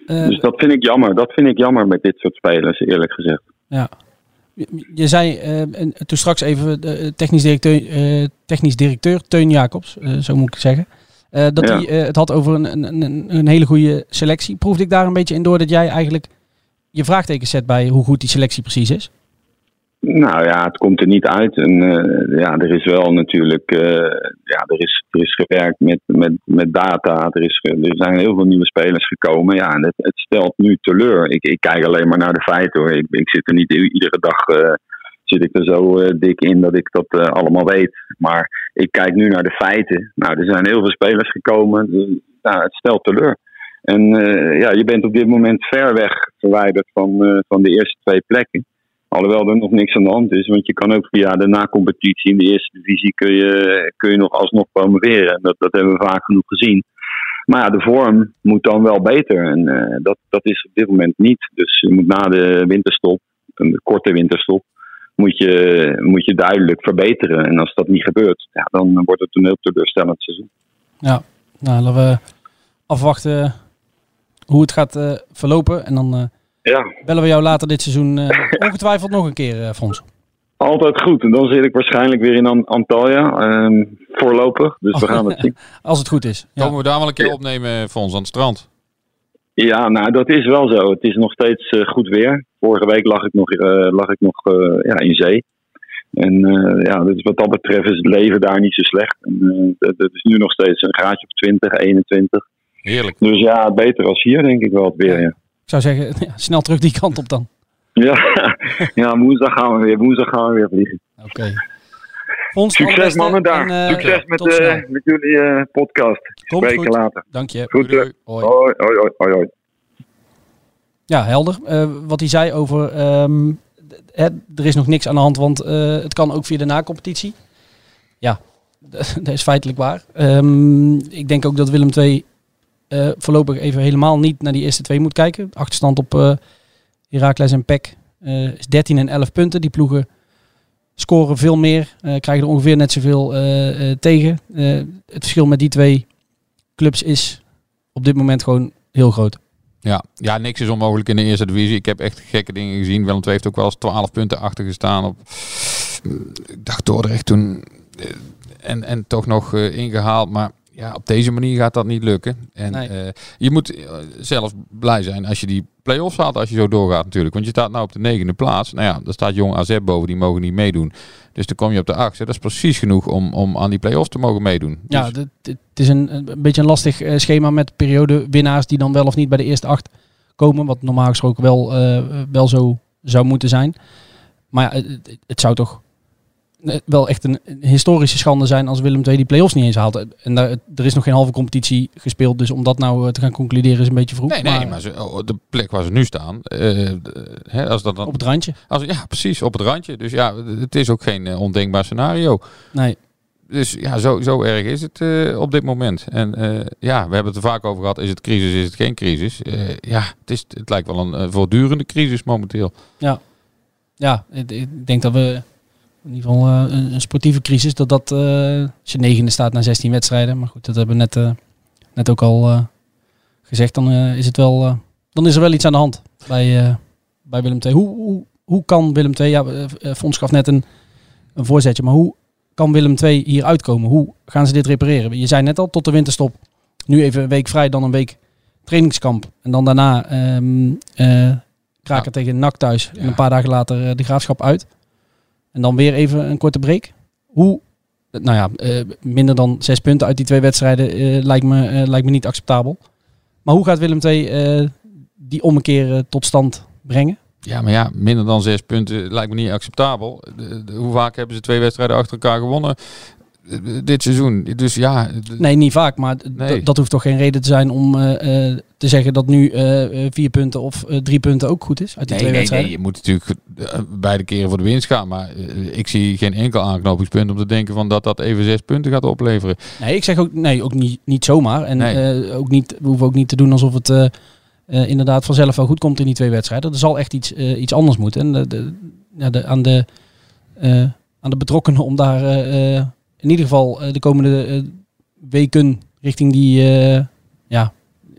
Uh, dus dat vind ik jammer. Dat vind ik jammer met dit soort spelers, eerlijk gezegd. Ja. Je, je zei uh, en toen straks even de technisch directeur, uh, technisch directeur Teun Jacobs, uh, zo moet ik zeggen. Uh, dat hij ja. uh, het had over een, een, een, een hele goede selectie. Proefde ik daar een beetje in door dat jij eigenlijk je vraagtekens zet bij hoe goed die selectie precies is? Nou ja, het komt er niet uit. En uh, ja, er is wel natuurlijk, uh, ja, er is, er is gewerkt met, met, met data. Er, is, er zijn heel veel nieuwe spelers gekomen. Ja, en het, het stelt nu teleur. Ik, ik kijk alleen maar naar de feiten hoor. Ik, ik zit er niet iedere dag uh, zit ik er zo uh, dik in dat ik dat uh, allemaal weet. Maar ik kijk nu naar de feiten. Nou, er zijn heel veel spelers gekomen. Dus, nou, het stelt teleur. En uh, ja, je bent op dit moment ver weg verwijderd van, uh, van de eerste twee plekken. Alhoewel er nog niks aan de hand is. Want je kan ook via de na-competitie in de eerste divisie kun je, kun je nog alsnog promoveren. Dat, dat hebben we vaak genoeg gezien. Maar ja, de vorm moet dan wel beter. En uh, dat, dat is op dit moment niet. Dus je moet na de winterstop, een korte winterstop, moet je, moet je duidelijk verbeteren. En als dat niet gebeurt, ja, dan wordt het een heel teleurstellend seizoen. Ja, nou laten we afwachten hoe het gaat uh, verlopen. En dan uh, ja. bellen we jou later dit seizoen uh, ongetwijfeld nog een keer, uh, Fons. Altijd goed. En dan zit ik waarschijnlijk weer in Antalya. Um, voorlopig. Dus oh, we gaan het zien. Als het goed is. Ja. Komen we daar wel een keer opnemen, Fons, aan het strand? Ja, nou dat is wel zo. Het is nog steeds uh, goed weer. Vorige week lag ik nog, uh, lag ik nog uh, ja, in zee. En uh, ja, dus wat dat betreft is het leven daar niet zo slecht. En, uh, het, het is nu nog steeds een graadje of twintig, eenentwintig. Heerlijk. Dus ja, beter als hier denk ik wel het weer. Ja. Ik zou zeggen, ja, snel terug die kant op dan. Ja, ja woensdag gaan we weer, woensdag gaan we weer vliegen. Oké. Okay. Succes mannen daar. En, uh, Succes met, uh, met jullie uh, podcast. Komt Spreken goed. later. Dank je. Goed. Hoi. Hoi, hoi, hoi, hoi, hoi. Ja, helder. Uh, wat hij zei over, um, hè, er is nog niks aan de hand, want uh, het kan ook via de na-competitie. Ja, dat is feitelijk waar. Um, ik denk ook dat Willem twee uh, voorlopig even helemaal niet naar die eerste twee moet kijken. Achterstand op uh, Heracles en P E C uh, is dertien en elf punten. Die ploegen scoren veel meer, uh, krijgen er ongeveer net zoveel uh, uh, tegen. Uh, het verschil met die twee clubs is op dit moment gewoon heel groot. Ja, ja, niks is onmogelijk in de eerste divisie. Ik heb echt gekke dingen gezien. Willem twee heeft ook wel eens twaalf punten achter gestaan op, ik dacht Dordrecht toen, en, en toch nog uh, ingehaald. Maar ja, op deze manier gaat dat niet lukken. En nee. uh, je moet uh, zelf blij zijn als je die play-offs haalt, als je zo doorgaat natuurlijk. Want je staat nou op de negende plaats. Nou ja, daar staat Jong A Z boven, die mogen niet meedoen. Dus dan kom je op de achtste. Dat is precies genoeg om, om aan die play-offs te mogen meedoen. Ja, dus... het is een, een beetje een lastig uh, schema met periode winnaars die dan wel of niet bij de eerste acht komen. Wat normaal gesproken wel, uh, wel zo zou moeten zijn. Maar ja, het, het zou toch wel echt een historische schande zijn als Willem twee die play-offs niet eens haalt. En daar, er is nog geen halve competitie gespeeld, dus om dat nou te gaan concluderen is een beetje vroeg. Nee, nee, maar, maar ze, oh, de plek waar ze nu staan, uh, hè, als dat dan, op het randje. Als, ja, precies, op het randje. Dus ja, het is ook geen uh, ondenkbaar scenario. Nee. Dus ja, zo, zo erg is het uh, op dit moment. En uh, ja, we hebben het er vaak over gehad. Is het crisis, is het geen crisis? Uh, ja, het, is, het lijkt wel een uh, voortdurende crisis momenteel. Ja, ja ik, ik denk dat we in ieder geval uh, een, een sportieve crisis, dat dat uh, als je negende staat na zestien wedstrijden. Maar goed, dat hebben we net, uh, net ook al uh, gezegd. Dan uh, is het wel, uh, dan is er wel iets aan de hand bij, uh, bij Willem twee. Hoe, hoe, hoe kan Willem twee, ja, uh, Fons gaf net een, een voorzetje, maar hoe kan Willem twee hier uitkomen? Hoe gaan ze dit repareren? Je zei net al, tot de winterstop. Nu even een week vrij, dan een week trainingskamp. En dan daarna um, uh, kraken ja. tegen N A C thuis. Ja. En een paar dagen later uh, de Graafschap uit. En dan weer even een korte break. Hoe, nou ja, uh, minder dan zes punten uit die twee wedstrijden uh, lijkt, me, uh, lijkt me niet acceptabel. Maar hoe gaat Willem twee uh, die ommekeer uh, tot stand brengen? Ja, maar ja, minder dan zes punten lijkt me niet acceptabel. De, de, hoe vaak hebben ze twee wedstrijden achter elkaar gewonnen de, dit seizoen? Dus ja. De, nee, niet vaak, maar nee. d- dat hoeft toch geen reden te zijn om uh, uh, te zeggen dat nu uh, vier punten of uh, drie punten ook goed is uit die nee, twee nee, wedstrijden. Nee, je moet natuurlijk uh, beide keren voor de winst gaan. Maar uh, ik zie geen enkel aanknopingspunt om te denken van dat dat even zes punten gaat opleveren. Nee, ik zeg ook, nee, ook niet, niet zomaar. En nee. uh, ook niet, we hoeven ook niet te doen alsof het Uh, Uh, inderdaad vanzelf wel goed komt in die twee wedstrijden. Er zal echt iets, uh, iets anders moeten. En de, de, ja, de, aan, de, uh, aan de betrokkenen om daar uh, in ieder geval uh, de komende uh, weken richting die, uh, ja,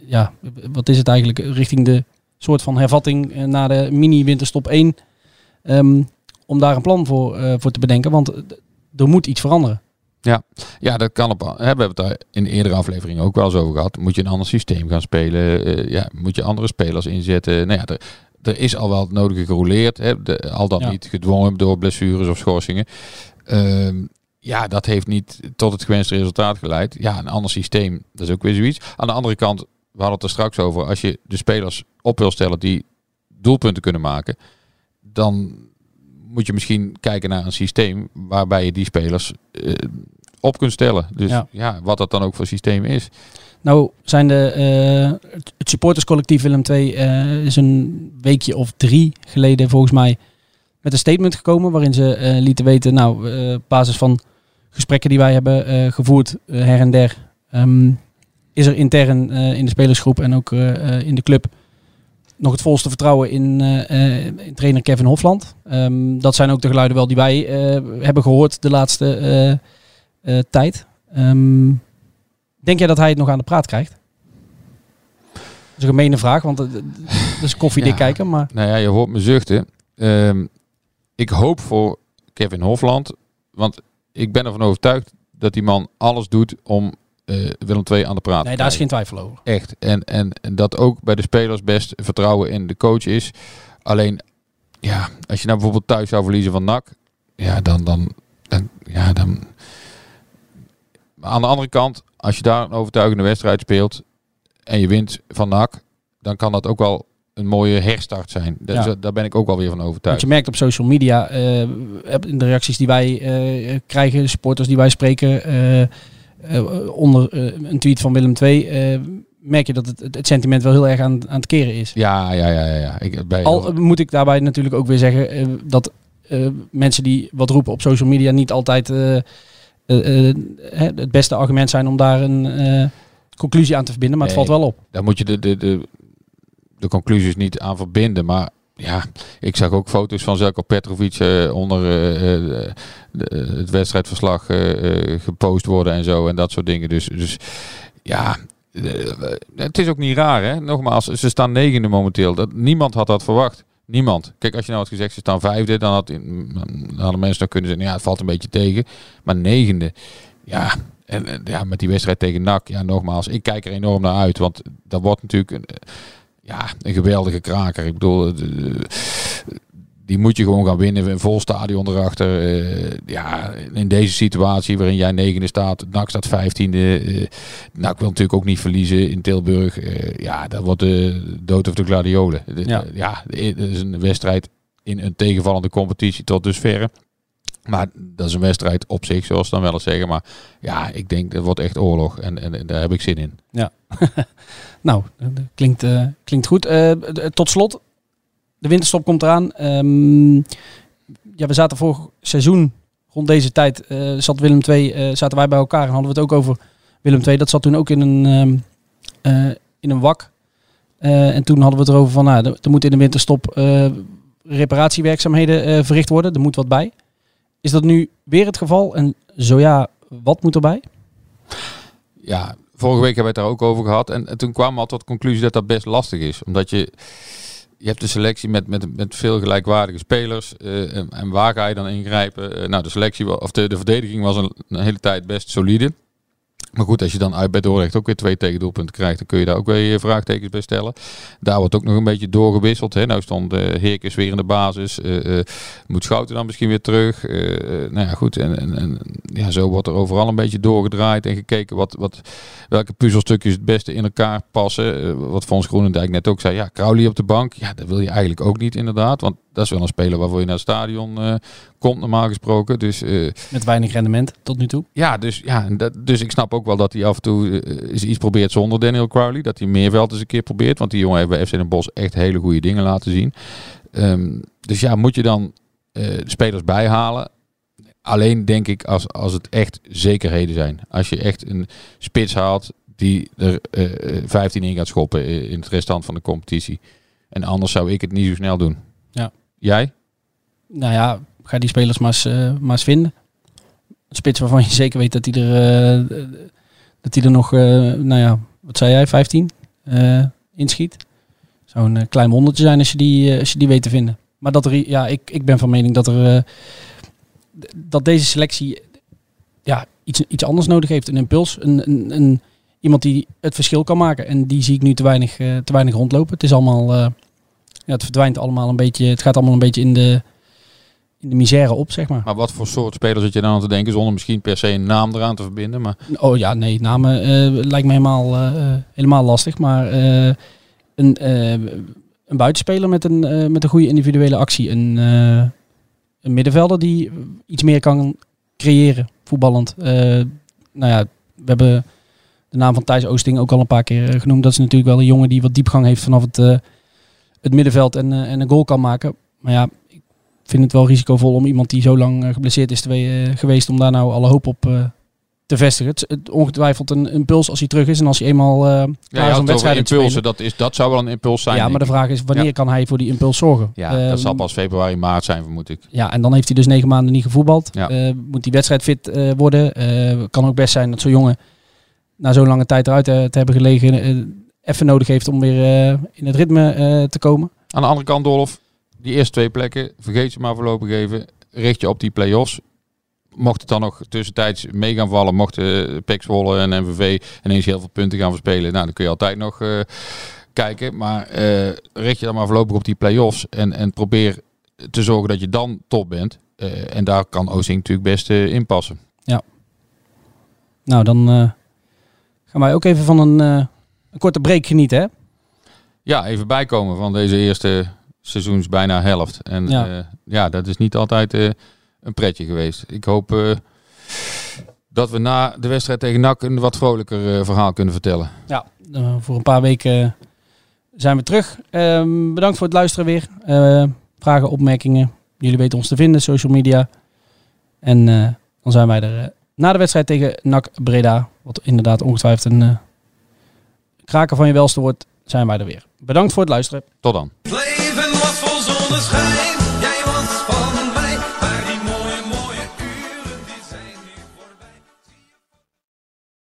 ja, wat is het eigenlijk? Richting de soort van hervatting uh, na de mini-winterstop één. Um, om daar een plan voor, uh, voor te bedenken. Want uh, er moet iets veranderen. Ja, ja, dat kan op. Hè, we hebben het daar in de eerdere aflevering ook wel eens over gehad. Moet je een ander systeem gaan spelen? Uh, ja, moet je andere spelers inzetten? Nou ja, er, er is al wel het nodige gerouleerd. Hè, de, al dan ja. niet gedwongen door blessures of schorsingen. Uh, ja, dat heeft niet tot het gewenste resultaat geleid. Ja, een ander systeem, dat is ook weer zoiets. Aan de andere kant, we hadden het er straks over. Als je de spelers op wil stellen die doelpunten kunnen maken, dan moet je misschien kijken naar een systeem waarbij je die spelers uh, op kunt stellen. Dus ja. ja, wat dat dan ook voor systeem is. Nou, zijn de, uh, het supporterscollectief Willem twee uh, is een weekje of drie geleden volgens mij met een statement gekomen waarin ze uh, lieten weten, nou, uh, op basis van gesprekken die wij hebben uh, gevoerd uh, her en der, um, is er intern uh, in de spelersgroep en ook uh, uh, in de club nog het volste vertrouwen in, uh, uh, in trainer Kevin Hofland. Um, dat zijn ook de geluiden wel die wij uh, hebben gehoord de laatste uh, uh, tijd. Um, denk jij dat hij het nog aan de praat krijgt? Dat is een gemene vraag, want het is koffiedik ja, kijken. Maar... Nou ja, je hoort me zuchten. Um, ik hoop voor Kevin Hofland, want ik ben ervan overtuigd dat die man alles doet om Uh, Willem twee aan de praat. Nee, daar is geen twijfel over. Echt. En, en, en dat ook bij de spelers best vertrouwen in de coach is. Alleen, ja, als je nou bijvoorbeeld thuis zou verliezen van N A C, ja, dan, dan, dan, ja, dan. Maar aan de andere kant, als je daar een overtuigende wedstrijd speelt en je wint van N A C, dan kan dat ook wel een mooie herstart zijn. Dus ja. Daar ben ik ook wel weer van overtuigd. Want je merkt op social media, uh, in de reacties die wij uh, krijgen, de supporters die wij spreken, uh, Uh, onder uh, een tweet van Willem twee uh, merk je dat het, het sentiment wel heel erg aan, aan het keren is. Ja, ja, ja. ja, ja. Ik, bij Al uh, moet ik daarbij natuurlijk ook weer zeggen uh, dat uh, mensen die wat roepen op social media niet altijd uh, uh, uh, het beste argument zijn om daar een uh, conclusie aan te verbinden, maar nee, het valt wel op. Daar moet je de, de, de, de conclusies niet aan verbinden, maar ja, ik zag ook foto's van Željko Petrović uh, onder uh, de, de, het wedstrijdverslag uh, gepost worden en zo en dat soort dingen. Dus, dus ja, uh, het is ook niet raar, hè. Nogmaals, ze staan negende momenteel. Dat, niemand had dat verwacht. Niemand. Kijk, als je nou had gezegd ze staan vijfde, dan, had, dan hadden mensen nog kunnen zeggen, ja, het valt een beetje tegen. Maar negende, ja, en, en ja, met die wedstrijd tegen N A C, ja, nogmaals, ik kijk er enorm naar uit, want dat wordt natuurlijk een, ja, een geweldige kraker. Ik bedoel, die moet je gewoon gaan winnen. Een vol stadion erachter. Uh, ja, in deze situatie waarin jij negende staat, N A C staat vijftiende. Uh, N A C wil natuurlijk ook niet verliezen in Tilburg. Uh, ja, dat wordt de dood of de gladiolen. Ja, uh, ja, het is een wedstrijd in een tegenvallende competitie tot dusverre. Maar dat is een wedstrijd op zich, zoals ze dan wel eens zeggen. Maar ja, ik denk dat wordt echt oorlog. En, en, en daar heb ik zin in. Ja, nou, dat klinkt, uh, klinkt goed. Uh, tot slot, de winterstop komt eraan. Um, ja, we zaten vorig seizoen, rond deze tijd, uh, zat Willem twee, uh, zaten wij bij elkaar en hadden we het ook over Willem twee. Dat zat toen ook in een, um, uh, in een wak. Uh, en toen hadden we het erover van, nou, er, er moet in de winterstop uh, reparatiewerkzaamheden uh, verricht worden. Er moet wat bij. Is dat nu weer het geval? En zo ja, wat moet erbij? Ja, vorige week hebben we het daar ook over gehad. En, en toen kwam al tot de conclusie dat dat best lastig is. Omdat je, je hebt een selectie met, met, met veel gelijkwaardige spelers. Uh, en, en waar ga je dan ingrijpen? Uh, nou, de selectie, of de, de verdediging was een, een hele tijd best solide. Maar goed, als je dan uit bij Dordrecht ook weer twee tegendoelpunten krijgt, dan kun je daar ook weer vraagtekens bij stellen. Daar wordt ook nog een beetje doorgewisseld. Hè. Nou stond uh, Heerkens weer in de basis. Uh, uh, moet Schouten dan misschien weer terug. Uh, uh, nou ja, goed. En, en, en ja, zo wordt er overal een beetje doorgedraaid en gekeken wat, wat, welke puzzelstukjes het beste in elkaar passen. Uh, wat Fons Groenendijk net ook zei. Ja, Crowley op de bank. Ja, dat wil je eigenlijk ook niet inderdaad. Want dat is wel een speler waarvoor je naar het stadion uh, komt, normaal gesproken. Dus, uh, met weinig rendement tot nu toe. Ja, dus, ja dat, dus ik snap ook wel dat hij af en toe uh, eens iets probeert zonder Daniel Crowley. Dat hij Meerveld eens een keer probeert. Want die jongen heeft bij F C Den Bosch echt hele goede dingen laten zien. Um, dus ja, moet je dan uh, de spelers bijhalen. Alleen denk ik als, als het echt zekerheden zijn. Als je echt een spits haalt die er uh, vijftien in gaat schoppen in het restant van de competitie. En anders zou ik het niet zo snel doen. Ja. Jij? Nou ja, ga die spelers maar eens, uh, maar eens vinden. Een spits waarvan je zeker weet dat hij er, uh, dat hij er nog, uh, nou ja, wat zei jij, vijftien uh, inschiet. Zou een uh, klein wondertje zijn als je die, uh, als je die weet te vinden. Maar dat er, ja, ik, ik ben van mening dat er uh, d- dat deze selectie ja, iets, iets anders nodig heeft. Een impuls. Een, een, een, iemand die het verschil kan maken. En die zie ik nu te weinig, uh, te weinig rondlopen. Het is allemaal, uh, ja, het verdwijnt allemaal een beetje. Het gaat allemaal een beetje in de, in de misère op, zeg maar. Maar wat voor soort spelers zit je dan aan te denken, zonder misschien per se een naam eraan te verbinden? Maar... Oh ja, nee, namen uh, lijkt me helemaal, uh, helemaal lastig. Maar uh, een, uh, een buitenspeler met een, uh, met een goede individuele actie. Een, uh, een middenvelder die iets meer kan creëren, voetballend. Uh, nou ja, we hebben de naam van Thijs Oosting ook al een paar keer uh, genoemd. Dat is natuurlijk wel een jongen die wat diepgang heeft vanaf het, uh, het middenveld en, uh, en een goal kan maken. Maar ja, ik vind het wel risicovol om iemand die zo lang uh, geblesseerd is te we- uh, geweest, om daar nou alle hoop op uh, te vestigen. Het is ongetwijfeld een impuls als hij terug is en als hij eenmaal uh, Ja, klaar is om wedstrijden te impulsen, spelen. dat, is, dat zou wel een impuls zijn. Ja, maar de denk ik. vraag is, wanneer Ja. kan hij voor die impuls zorgen? Ja, Uh, dat zal pas februari, maart zijn, vermoed ik. Ja, en dan heeft hij dus negen maanden niet gevoetbald. Ja. Uh, moet die wedstrijd fit uh, worden. Uh, kan ook best zijn dat zo'n jongen na zo'n lange tijd eruit uh, te hebben gelegen uh, even nodig heeft om weer uh, in het ritme uh, te komen. Aan de andere kant, Dolf, die eerste twee plekken, vergeet ze maar voorlopig even. Richt je op die play-offs. Mocht het dan nog tussentijds mee gaan vallen, mochten P E C Zwolle en M V V ineens heel veel punten gaan verspelen, nou, dan kun je altijd nog uh, kijken. Maar uh, richt je dan maar voorlopig op die play-offs en, en probeer te zorgen dat je dan top bent. Uh, en daar kan Oosting natuurlijk best uh, in passen. Ja. Nou, dan uh, gaan wij ook even van een, uh, een korte break genieten, hè? Ja, even bijkomen van deze eerste seizoens bijna helft. En Ja. ja, uh, ja dat is niet altijd uh, een pretje geweest. Ik hoop uh, dat we na de wedstrijd tegen N A C een wat vrolijker uh, verhaal kunnen vertellen. Ja, uh, voor een paar weken zijn we terug. Uh, bedankt voor het luisteren weer. Uh, vragen, opmerkingen. Jullie weten ons te vinden, social media. En uh, dan zijn wij er uh, na de wedstrijd tegen N A C Breda, wat inderdaad ongetwijfeld een uh, kraker van je welste wordt, zijn wij er weer. Bedankt voor het luisteren. Tot dan. Het leven was vol zonneschijn.